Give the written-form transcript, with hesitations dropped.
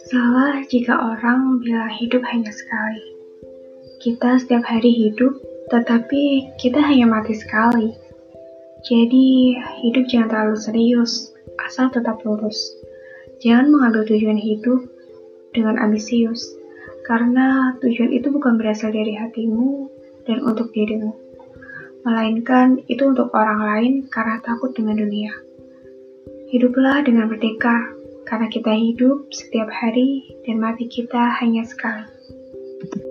Salah jika orang bilang hidup hanya sekali. Kita setiap hari hidup, tetapi kita hanya mati sekali. Jadi, hidup jangan terlalu serius, asal tetap lurus. Jangan mengambil tujuan hidup dengan ambisius, karena tujuan itu bukan berasal dari hatimu dan untuk dirimu, melainkan itu untuk orang lain karena takut dengan dunia. Hiduplah dengan merdeka, karena kita hidup setiap hari dan mati kita hanya sekali.